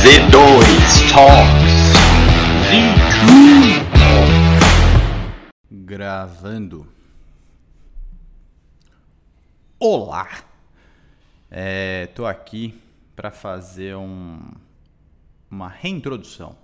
Z2 Talks. Gravando. Olá! Tô aqui para fazer uma reintrodução.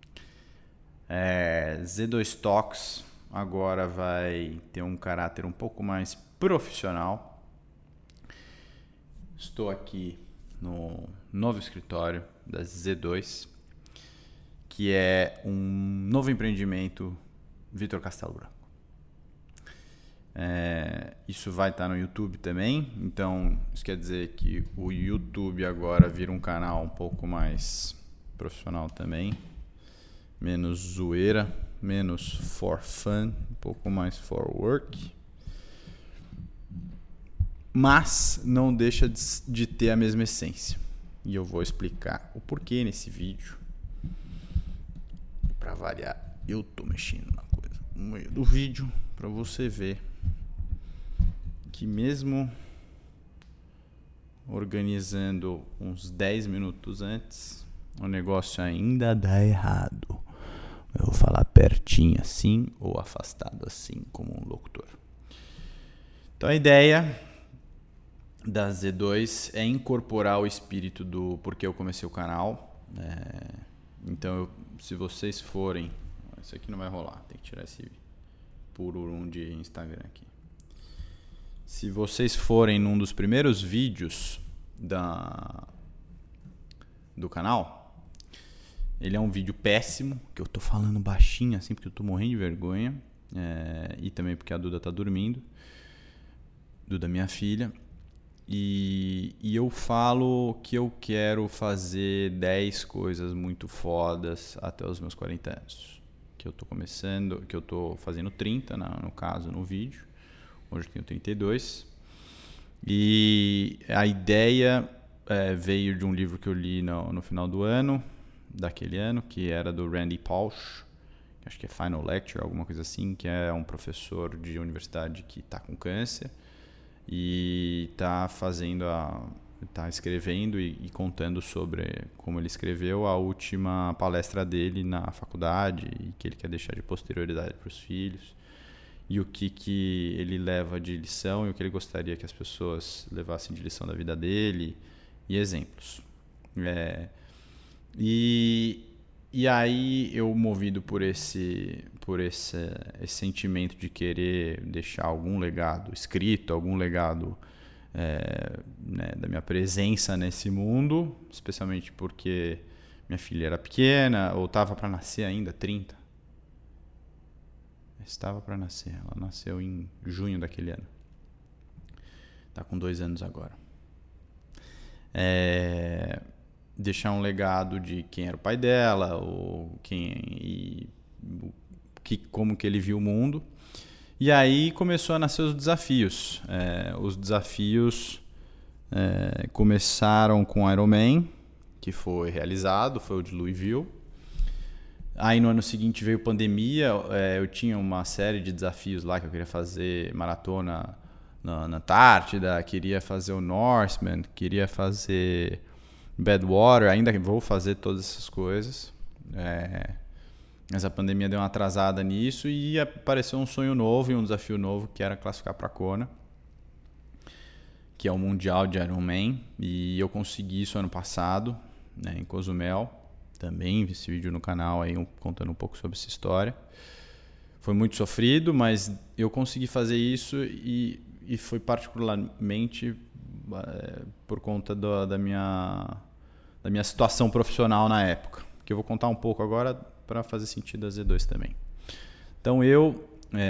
Z2 Talks agora vai ter um caráter um pouco mais profissional. Estou aqui no novo escritório da Z2, que é um novo empreendimento Vitor Castelo Branco. Isso vai estar no YouTube também, então isso quer dizer que o YouTube agora vira um canal um pouco mais profissional também, menos zoeira, menos for fun, um pouco mais for work, mas não deixa de ter a mesma essência, e eu vou explicar o porquê nesse vídeo. Para variar, eu tô mexendo na coisa no meio do vídeo para você ver que mesmo organizando uns 10 minutos antes, o negócio ainda dá errado. Eu vou falar pertinho assim ou afastado assim, como um locutor. Então a ideia da Z2 é incorporar o espírito do porquê eu comecei o canal. Então, se vocês forem... Isso aqui não vai rolar, tem que tirar esse pururum de Instagram aqui. Se vocês forem num dos primeiros vídeos do canal, ele é um vídeo péssimo, que eu tô falando baixinho assim, porque eu tô morrendo de vergonha, e também porque a Duda tá dormindo, Duda, minha filha, e eu falo que eu quero fazer 10 coisas muito fodas até os meus 40 anos, que eu tô começando, que eu tô fazendo 30, no caso, no vídeo. Hoje eu tenho 32. E a ideia veio de um livro que eu li no final do ano, daquele ano, que era do Randy Pausch, acho que é Final Lecture, alguma coisa assim, que é um professor de universidade que está com câncer e está escrevendo e contando sobre como ele escreveu a última palestra dele na faculdade e que ele quer deixar de posterioridade para os filhos. E o que ele leva de lição e o que ele gostaria que as pessoas levassem de lição da vida dele e exemplos. E aí eu, movido por esse sentimento de querer deixar algum legado escrito, algum legado da minha presença nesse mundo, especialmente porque minha filha era pequena ou estava para nascer ainda, 30. Estava para nascer. Ela nasceu em junho daquele ano. Está com 2 anos agora. Deixar um legado de quem era o pai dela, ou como que ele viu o mundo. E aí começou a nascer os desafios. Os desafios começaram com o Ironman, que foi realizado, foi o de Louisville. Aí no ano seguinte veio pandemia, eu tinha uma série de desafios lá que eu queria fazer maratona na Antártida, queria fazer o Norseman, queria fazer Badwater, ainda vou fazer todas essas coisas. Mas a pandemia deu uma atrasada nisso e apareceu um sonho novo e um desafio novo que era classificar para a Kona, que é o Mundial de Ironman, e eu consegui isso ano passado, em Cozumel. Também esse vídeo no canal aí contando um pouco sobre essa história. Foi muito sofrido, mas eu consegui fazer isso e foi particularmente por conta da minha situação profissional na época, que eu vou contar um pouco agora para fazer sentido a Z2 também. Então eu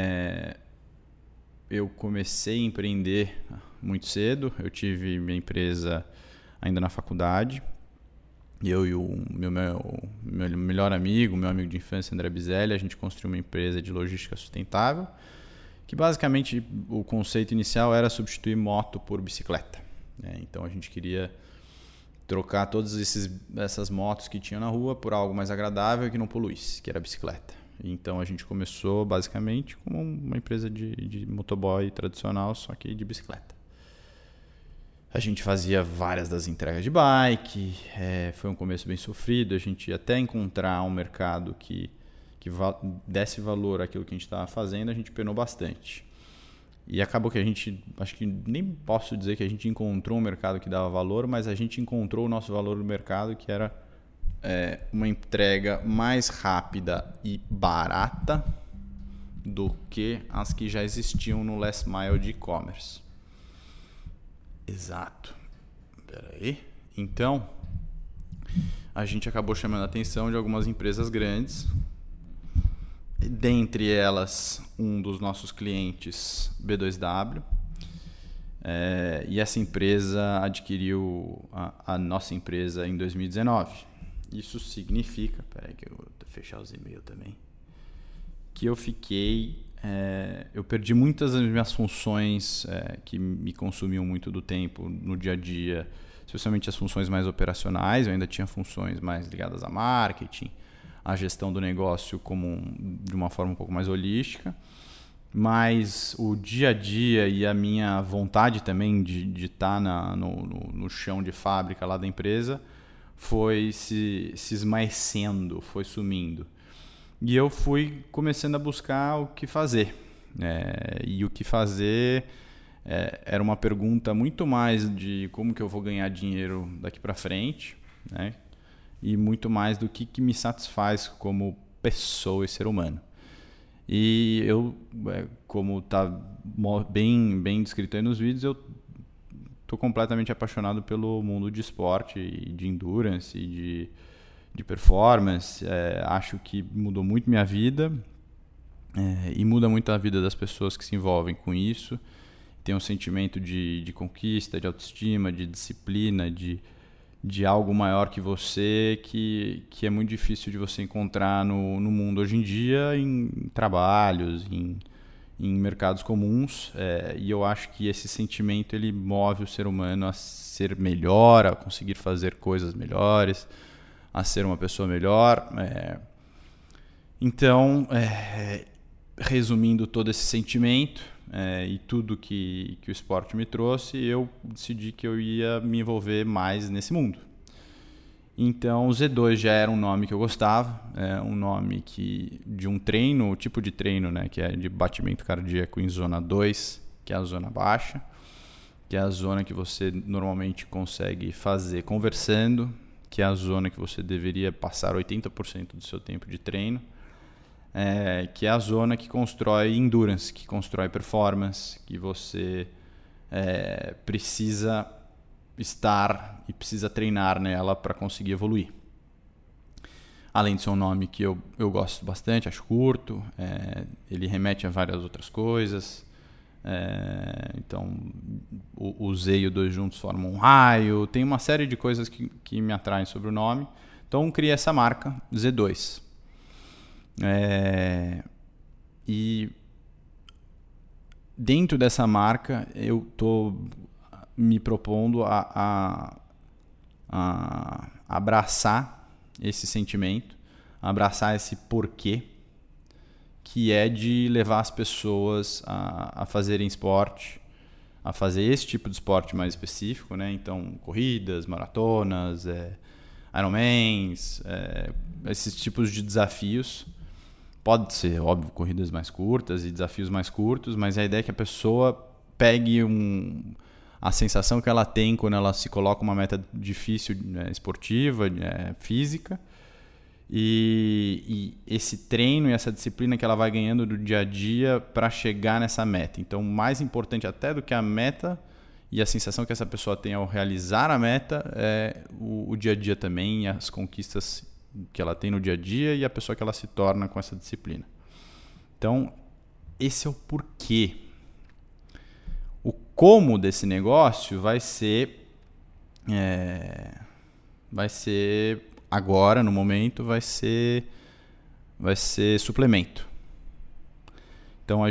comecei a empreender muito cedo. Eu tive minha empresa ainda na faculdade. Eu e o meu melhor amigo, meu amigo de infância, André Bizelli, a gente construiu uma empresa de logística sustentável, que basicamente o conceito inicial era substituir moto por bicicleta. Então a gente queria trocar todas essas motos que tinham na rua por algo mais agradável e que não poluísse, que era a bicicleta. Então a gente começou basicamente como uma empresa de motoboy tradicional, só que de bicicleta. A gente fazia várias das entregas de bike, foi um começo bem sofrido, a gente até encontrar um mercado que desse valor àquilo que a gente estava fazendo, a gente penou bastante. E acabou que a gente, acho que nem posso dizer que a gente encontrou um mercado que dava valor, mas a gente encontrou o nosso valor no mercado, que era uma entrega mais rápida e barata do que as que já existiam no last mile de e-commerce. Exato. Peraí. Então, a gente acabou chamando a atenção de algumas empresas grandes. Dentre elas, um dos nossos clientes, B2W. E essa empresa adquiriu a nossa empresa em 2019. Isso significa... Peraí que eu vou fechar os e-mails também. Que eu perdi muitas das minhas funções que me consumiam muito do tempo no dia a dia, especialmente as funções mais operacionais. Eu ainda tinha funções mais ligadas a marketing, a gestão do negócio de uma forma um pouco mais holística, mas o dia a dia e a minha vontade também de estar no chão de fábrica lá da empresa foi se esmaecendo, foi sumindo. E eu fui começando a buscar o que fazer. E o que fazer era uma pergunta muito mais de como que eu vou ganhar dinheiro daqui para frente, né? E muito mais do que me satisfaz como pessoa e ser humano. E eu, como está bem descrito aí nos vídeos, eu estou completamente apaixonado pelo mundo de esporte e de endurance e de performance. Acho que mudou muito minha vida e muda muito a vida das pessoas que se envolvem com isso. Tem um sentimento de conquista, de autoestima, de disciplina, de algo maior que você, que é muito difícil de você encontrar no mundo hoje em dia, em trabalhos, em mercados comuns. E eu acho que esse sentimento ele move o ser humano a ser melhor, a conseguir fazer coisas melhores, a ser uma pessoa melhor. Então, resumindo todo esse sentimento e tudo que o esporte me trouxe, eu decidi que eu ia me envolver mais nesse mundo. Então, o Z2 já era um nome que eu gostava, um nome de um treino, o tipo de treino, né, que é de batimento cardíaco em zona 2, que é a zona baixa, que é a zona que você normalmente consegue fazer conversando, que é a zona que você deveria passar 80% do seu tempo de treino, que é a zona que constrói endurance, que constrói performance, que você precisa estar e precisa treinar nela para conseguir evoluir. Além de ser um nome que eu gosto bastante, acho curto, ele remete a várias outras coisas. Então o Z e o 2 juntos formam um raio. Tem uma série de coisas que me atraem sobre o nome. Então eu criei essa marca Z2. E dentro dessa marca eu estou me propondo a abraçar esse sentimento, abraçar esse porquê, que é de levar as pessoas a fazerem esporte, a fazer esse tipo de esporte mais específico, né? Então, corridas, maratonas, Ironmans, esses tipos de desafios. Pode ser, óbvio, corridas mais curtas e desafios mais curtos, mas a ideia é que a pessoa pegue a sensação que ela tem quando ela se coloca uma meta difícil, esportiva, física, e esse treino e essa disciplina que ela vai ganhando do dia a dia para chegar nessa meta. Então, mais importante até do que a meta e a sensação que essa pessoa tem ao realizar a meta é o dia a dia também, as conquistas que ela tem no dia a dia e a pessoa que ela se torna com essa disciplina. Então, esse é o porquê. O como desse negócio vai ser agora, no momento, vai ser suplemento. Então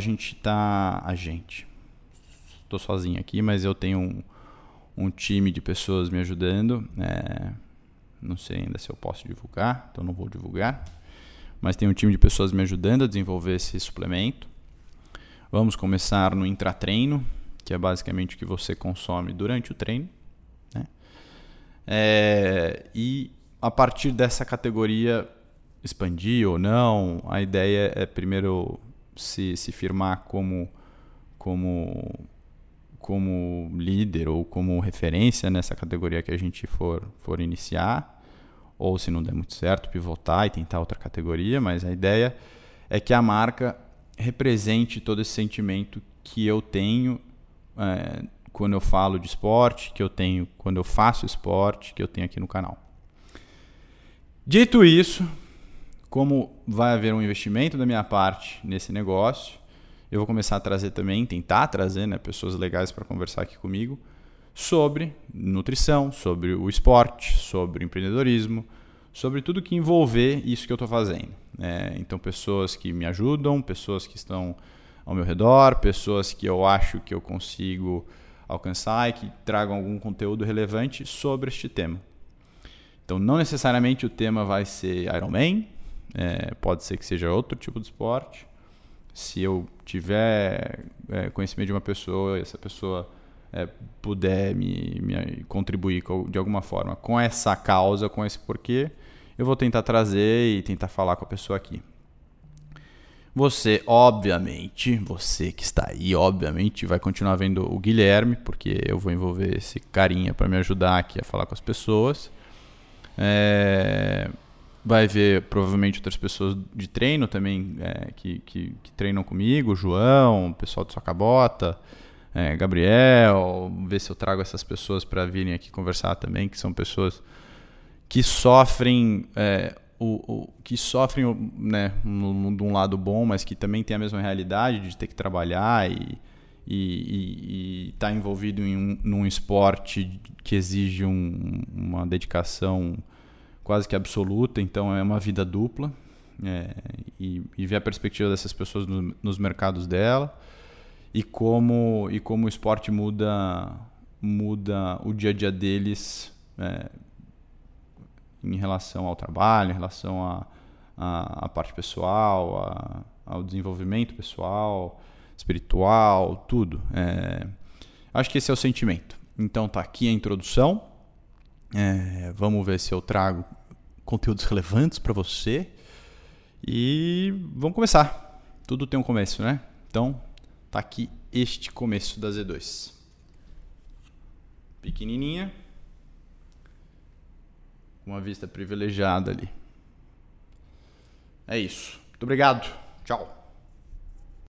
estou sozinho aqui, mas eu tenho um time de pessoas me ajudando. Não sei ainda se eu posso divulgar, então não vou divulgar. Mas tem um time de pessoas me ajudando a desenvolver esse suplemento. Vamos começar no intratreino. que é basicamente o que você consome durante o treino, né? E a partir dessa categoria expandir ou não, a ideia é primeiro se firmar como líder ou como referência nessa categoria que a gente for iniciar, ou se não der muito certo, pivotar e tentar outra categoria, mas a ideia é que a marca represente todo esse sentimento que eu tenho quando eu falo de esporte, que eu tenho quando eu faço esporte, que eu tenho aqui no canal. Dito isso, como vai haver um investimento da minha parte nesse negócio, eu vou começar a trazer também, tentar trazer, né, pessoas legais para conversar aqui comigo sobre nutrição, sobre o esporte, sobre empreendedorismo, sobre tudo que envolver isso que eu estou fazendo. Então, pessoas que me ajudam, pessoas que estão ao meu redor, pessoas que eu acho que eu consigo alcançar e que tragam algum conteúdo relevante sobre este tema. Então, não necessariamente o tema vai ser Ironman, pode ser que seja outro tipo de esporte. Se eu tiver conhecimento de uma pessoa e essa pessoa puder me contribuir de alguma forma com essa causa, com esse porquê, eu vou tentar trazer e tentar falar com a pessoa aqui. Você que está aí, obviamente, vai continuar vendo o Guilherme, porque eu vou envolver esse carinha para me ajudar aqui a falar com as pessoas. Vai ver provavelmente outras pessoas de treino também que treinam comigo, o João, o pessoal do Socabota, Gabriel, ver se eu trago essas pessoas para virem aqui conversar também, que são pessoas que sofrem né, de um lado bom, mas que também tem a mesma realidade de ter que trabalhar e estar envolvido num esporte que exige uma dedicação quase que absoluta, então é uma vida dupla, e ver a perspectiva dessas pessoas nos mercados dela e como o esporte muda o dia a dia deles em relação ao trabalho, em relação à parte pessoal, ao desenvolvimento pessoal, espiritual, tudo. Acho que esse é o sentimento. Então tá aqui a introdução. Vamos ver se eu trago conteúdos relevantes para você e vamos começar. Tudo tem um começo, né? Então tá aqui este começo da Z2. Pequenininha, uma vista privilegiada ali. É isso. Muito obrigado. Tchau.